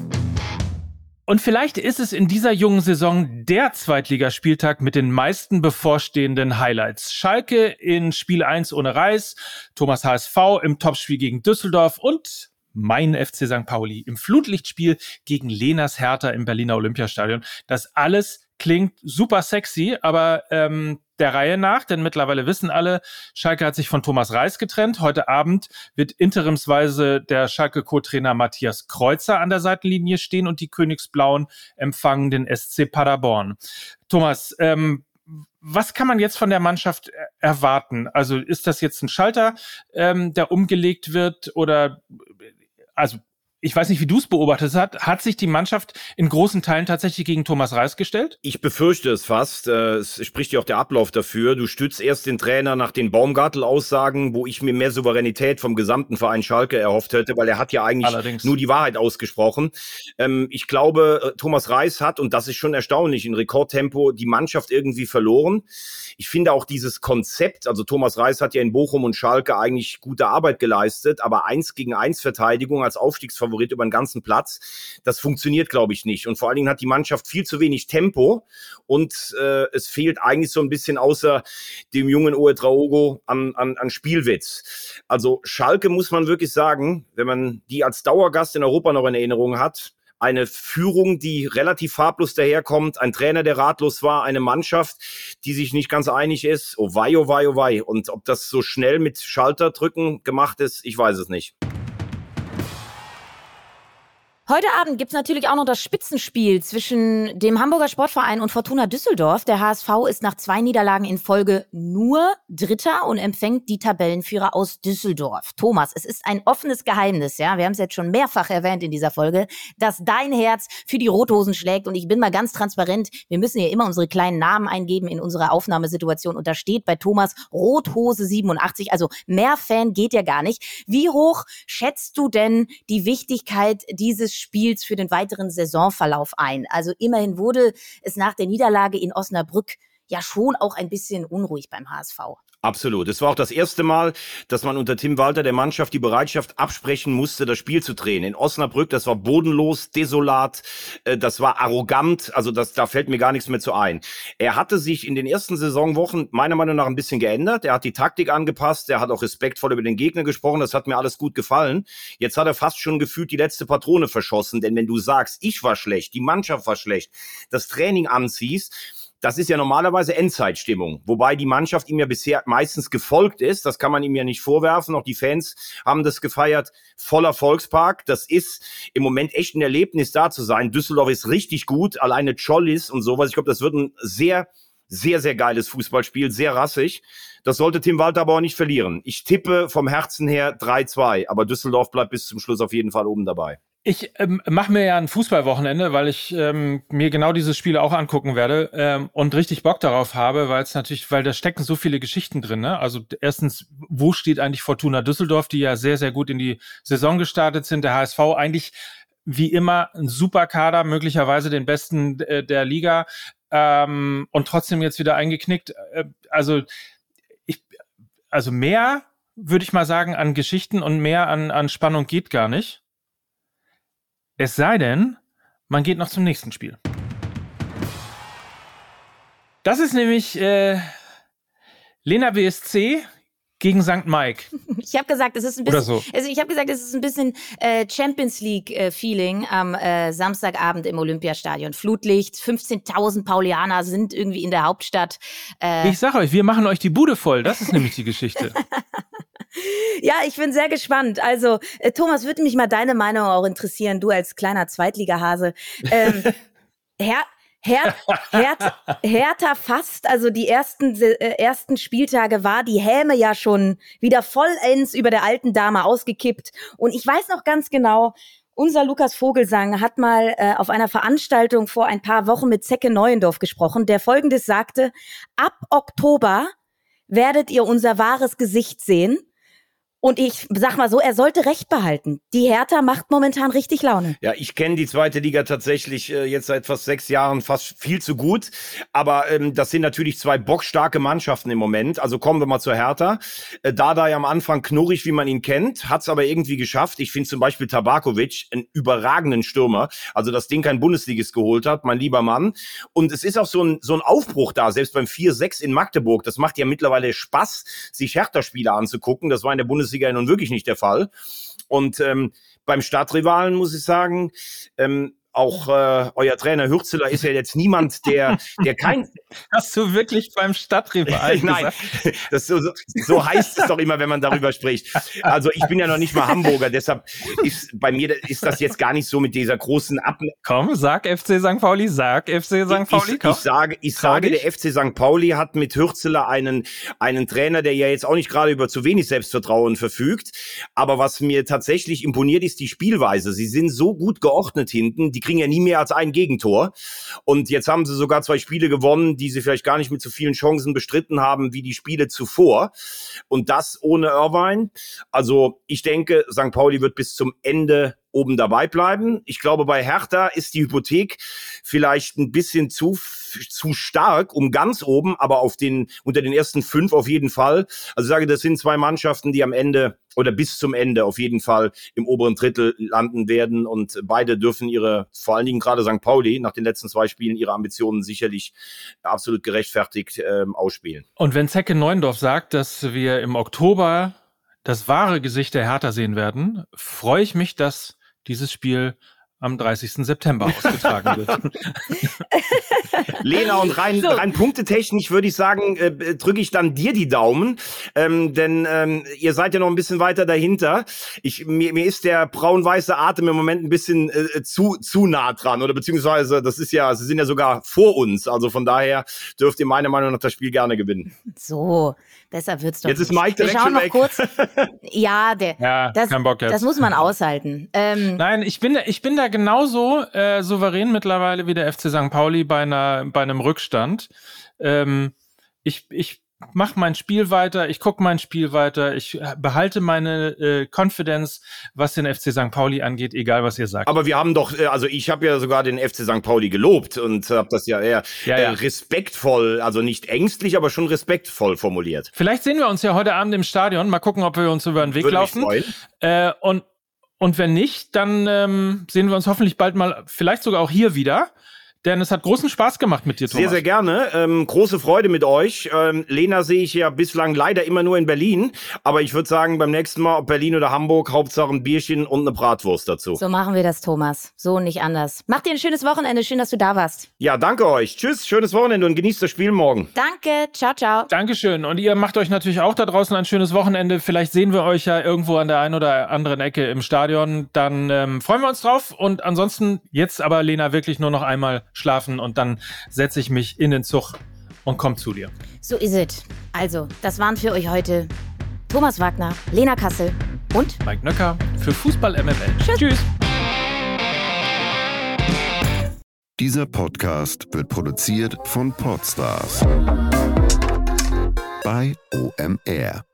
Und vielleicht ist es in dieser jungen Saison der Zweitligaspieltag mit den meisten bevorstehenden Highlights. Schalke in Spiel eins ohne Reis, Thomas H S V im Topspiel gegen Düsseldorf und mein F C Sankt Pauli im Flutlichtspiel gegen Lenas Hertha im Berliner Olympiastadion. Das alles klingt super sexy, aber ähm, der Reihe nach, denn mittlerweile wissen alle, Schalke hat sich von Thomas Reis getrennt. Heute Abend wird interimsweise der Schalke-Co-Trainer Matthias Kreuzer an der Seitenlinie stehen und die Königsblauen empfangen den S C Paderborn. Thomas, ähm, was kann man jetzt von der Mannschaft erwarten? Also ist das jetzt ein Schalter, ähm, der umgelegt wird oder, also ich weiß nicht, wie du es beobachtet hast. Hat sich die Mannschaft in großen Teilen tatsächlich gegen Thomas Reis gestellt? Ich befürchte es fast. Es spricht ja auch der Ablauf dafür. Du stützt erst den Trainer nach den Baumgartel-Aussagen, wo ich mir mehr Souveränität vom gesamten Verein Schalke erhofft hätte, weil er hat ja eigentlich Allerdings. nur die Wahrheit ausgesprochen. Ich glaube, Thomas Reis hat, und das ist schon erstaunlich, in Rekordtempo die Mannschaft irgendwie verloren. Ich finde auch dieses Konzept, also Thomas Reis hat ja in Bochum und Schalke eigentlich gute Arbeit geleistet, aber eins gegen eins Verteidigung als Aufstiegsfavorit über den ganzen Platz. Das funktioniert, glaube ich, nicht. Und vor allen Dingen hat die Mannschaft viel zu wenig Tempo und äh, es fehlt eigentlich so ein bisschen außer dem jungen Ouedraogo an, an, an Spielwitz. Also Schalke muss man wirklich sagen, wenn man die als Dauergast in Europa noch in Erinnerung hat, eine Führung, die relativ farblos daherkommt, ein Trainer, der ratlos war, eine Mannschaft, die sich nicht ganz einig ist. Oh wei, oh wei, oh wei. Und ob das so schnell mit Schalterdrücken gemacht ist, ich weiß es nicht. Heute Abend gibt's natürlich auch noch das Spitzenspiel zwischen dem Hamburger Sportverein und Fortuna Düsseldorf. Der H S V ist nach zwei Niederlagen in Folge nur Dritter und empfängt die Tabellenführer aus Düsseldorf. Thomas, es ist ein offenes Geheimnis, ja, wir haben es jetzt schon mehrfach erwähnt in dieser Folge, dass dein Herz für die Rothosen schlägt und ich bin mal ganz transparent, wir müssen hier immer unsere kleinen Namen eingeben in unserer Aufnahmesituation und da steht bei Thomas Rothose siebenundachtzig, also mehr Fan geht ja gar nicht. Wie hoch schätzt du denn die Wichtigkeit dieses Spiels für den weiteren Saisonverlauf ein? Also immerhin wurde es nach der Niederlage in Osnabrück ja schon auch ein bisschen unruhig beim H S V. Absolut. Es war auch das erste Mal, dass man unter Tim Walter der Mannschaft die Bereitschaft absprechen musste, das Spiel zu drehen. In Osnabrück, das war bodenlos, desolat, das war arrogant, also das, da fällt mir gar nichts mehr zu ein. Er hatte sich in den ersten Saisonwochen meiner Meinung nach ein bisschen geändert. Er hat die Taktik angepasst, er hat auch respektvoll über den Gegner gesprochen, das hat mir alles gut gefallen. Jetzt hat er fast schon gefühlt die letzte Patrone verschossen, denn wenn du sagst, ich war schlecht, die Mannschaft war schlecht, das Training anziehst, das ist ja normalerweise Endzeitstimmung, wobei die Mannschaft ihm ja bisher meistens gefolgt ist. Das kann man ihm ja nicht vorwerfen. Auch die Fans haben das gefeiert. Voller Volkspark. Das ist im Moment echt ein Erlebnis, da zu sein. Düsseldorf ist richtig gut. Alleine Chollis und sowas. Ich glaube, das wird ein sehr, sehr, sehr geiles Fußballspiel. Sehr rassig. Das sollte Tim Walter aber auch nicht verlieren. Ich tippe vom Herzen her drei zwei. Aber Düsseldorf bleibt bis zum Schluss auf jeden Fall oben dabei. Ich ähm, mache mir ja ein Fußballwochenende, weil ich ähm, mir genau dieses Spiel auch angucken werde ähm, und richtig Bock darauf habe, weil es natürlich, weil da stecken so viele Geschichten drin. Ne? Also erstens, wo steht eigentlich Fortuna Düsseldorf, die ja sehr, sehr gut in die Saison gestartet sind. Der H S V eigentlich wie immer ein super Kader, möglicherweise den besten äh, der Liga ähm, und trotzdem jetzt wieder eingeknickt. Äh, also ich, also mehr würde ich mal sagen an Geschichten und mehr an an Spannung geht gar nicht. Es sei denn, man geht noch zum nächsten Spiel. Das ist nämlich äh, Lena B S C gegen Sankt Mike. Ich habe gesagt, es ist ein bisschen, Oder so. also ich habe gesagt, es ist ein bisschen äh, Champions League äh, Feeling am äh, Samstagabend im Olympiastadion. Flutlicht, fünfzehntausend Paulianer sind irgendwie in der Hauptstadt. Äh, Ich sag euch, wir machen euch die Bude voll. Das ist nämlich die Geschichte. Ja, ich bin sehr gespannt. Also, äh, Thomas, würde mich mal deine Meinung auch interessieren, du als kleiner Zweitligahase. Ähm, Her Her Hertha, Hertha fast, also die ersten, äh, ersten Spieltage war die Häme ja schon wieder vollends über der alten Dame ausgekippt. Und ich weiß noch ganz genau, unser Lukas Vogelsang hat mal äh, auf einer Veranstaltung vor ein paar Wochen mit Zecke Neuendorf gesprochen, der Folgendes sagte: Ab Oktober werdet ihr unser wahres Gesicht sehen. Und ich sag mal so, er sollte Recht behalten. Die Hertha macht momentan richtig Laune. Ja, ich kenne die zweite Liga tatsächlich äh, jetzt seit fast sechs Jahren fast viel zu gut. Aber ähm, das sind natürlich zwei bockstarke Mannschaften im Moment. Also kommen wir mal zur Hertha. Äh, Dada ja am Anfang knurrig, wie man ihn kennt, hat's aber irgendwie geschafft. Ich finde zum Beispiel Tabakovic einen überragenden Stürmer. Also dass den kein Bundesligist geholt hat, mein lieber Mann. Und es ist auch so ein, so ein Aufbruch da, selbst beim vier sechs in Magdeburg. Das macht ja mittlerweile Spaß, sich Hertha-Spiele anzugucken. Das war in der Bundesliga nun wirklich nicht der Fall. Und ähm, beim Stadtrivalen muss ich sagen, ähm, auch äh, euer Trainer Hürzeler ist ja jetzt niemand, der der kein... Hast du wirklich beim Stadtrivalen Nein, das so, so, so heißt es doch immer, wenn man darüber spricht. Also ich bin ja noch nicht mal Hamburger, deshalb ist bei mir ist das jetzt gar nicht so mit dieser großen Ab... Komm, sag F C Sankt Pauli, sag F C Sankt Pauli, ich, komm. ich sage, ich sage, der F C Sankt Pauli hat mit Hürzeler einen einen Trainer, der ja jetzt auch nicht gerade über zu wenig Selbstvertrauen verfügt. Aber was mir tatsächlich imponiert, ist die Spielweise. Sie sind so gut geordnet hinten, die kriegen ja nie mehr als ein Gegentor. Und jetzt haben sie sogar zwei Spiele gewonnen, die sie vielleicht gar nicht mit so vielen Chancen bestritten haben wie die Spiele zuvor. Und das ohne Irvine. Also ich denke, Sankt Pauli wird bis zum Ende oben dabei bleiben. Ich glaube, bei Hertha ist die Hypothek vielleicht ein bisschen zu zu stark, um ganz oben, aber auf den unter den ersten fünf auf jeden Fall. Also ich sage, das sind zwei Mannschaften, die am Ende oder bis zum Ende auf jeden Fall im oberen Drittel landen werden und beide dürfen ihre, vor allen Dingen gerade Sankt Pauli, nach den letzten zwei Spielen ihre Ambitionen sicherlich absolut gerechtfertigt ähm, ausspielen. Und wenn Zecke Neuendorf sagt, dass wir im Oktober das wahre Gesicht der Hertha sehen werden, freue ich mich, dass dieses Spiel am dreißigsten September ausgetragen wird. Lena, und rein, so. rein punktetechnisch würde ich sagen, äh, drücke ich dann dir die Daumen, ähm, denn ähm, ihr seid ja noch ein bisschen weiter dahinter. Ich, mir, mir ist der braun-weiße Atem im Moment ein bisschen äh, zu zu nah dran, oder beziehungsweise das ist ja, sie sind ja sogar vor uns, also von daher dürft ihr meiner Meinung nach das Spiel gerne gewinnen. So, besser wird's doch Jetzt nicht. ist Mike direkt Wir schauen schon noch weg. kurz. Ja, der, Ja, das, kein Bock jetzt. das muss man aushalten. Ähm, Nein, ich bin, ich bin da genauso äh, souverän mittlerweile wie der F C Sankt Pauli bei einer bei einem Rückstand. Ähm, ich ich mache mein Spiel weiter, ich gucke mein Spiel weiter, ich behalte meine äh, Confidence, was den F C Sankt Pauli angeht, egal was ihr sagt. Aber wir haben doch, äh, also ich habe ja sogar den F C Sankt Pauli gelobt und habe das ja eher Ja, äh, ja. respektvoll, also nicht ängstlich, aber schon respektvoll formuliert. Vielleicht sehen wir uns ja heute Abend im Stadion, mal gucken, ob wir uns über den Weg Würde mich laufen. freuen. Äh, und Und wenn nicht, dann ähm, sehen wir uns hoffentlich bald mal, vielleicht sogar auch hier wieder. Denn es hat großen Spaß gemacht mit dir, Thomas. Sehr, sehr gerne. Ähm, große Freude mit euch. Ähm, Lena sehe ich ja bislang leider immer nur in Berlin. Aber ich würde sagen, beim nächsten Mal, ob Berlin oder Hamburg, Hauptsache ein Bierchen und eine Bratwurst dazu. so machen wir das, Thomas. So und nicht anders. Mach dir ein schönes Wochenende. Schön, dass du da warst. Ja, danke euch. Tschüss, schönes Wochenende und genießt das Spiel morgen. Danke. Ciao, ciao. Dankeschön. Und ihr macht euch natürlich auch da draußen ein schönes Wochenende. Vielleicht sehen wir euch ja irgendwo an der einen oder anderen Ecke im Stadion. Dann ähm, freuen wir uns drauf. Und ansonsten jetzt aber, Lena, wirklich nur noch einmal schlafen und dann setze ich mich in den Zug und komme zu dir. So ist es. Also, das waren für euch heute Thomas Wagner, Lena Kassel und Mike Nöcker für Fußball M M L. Tschüss. Tschüss. Dieser Podcast wird produziert von Podstars bei O M R.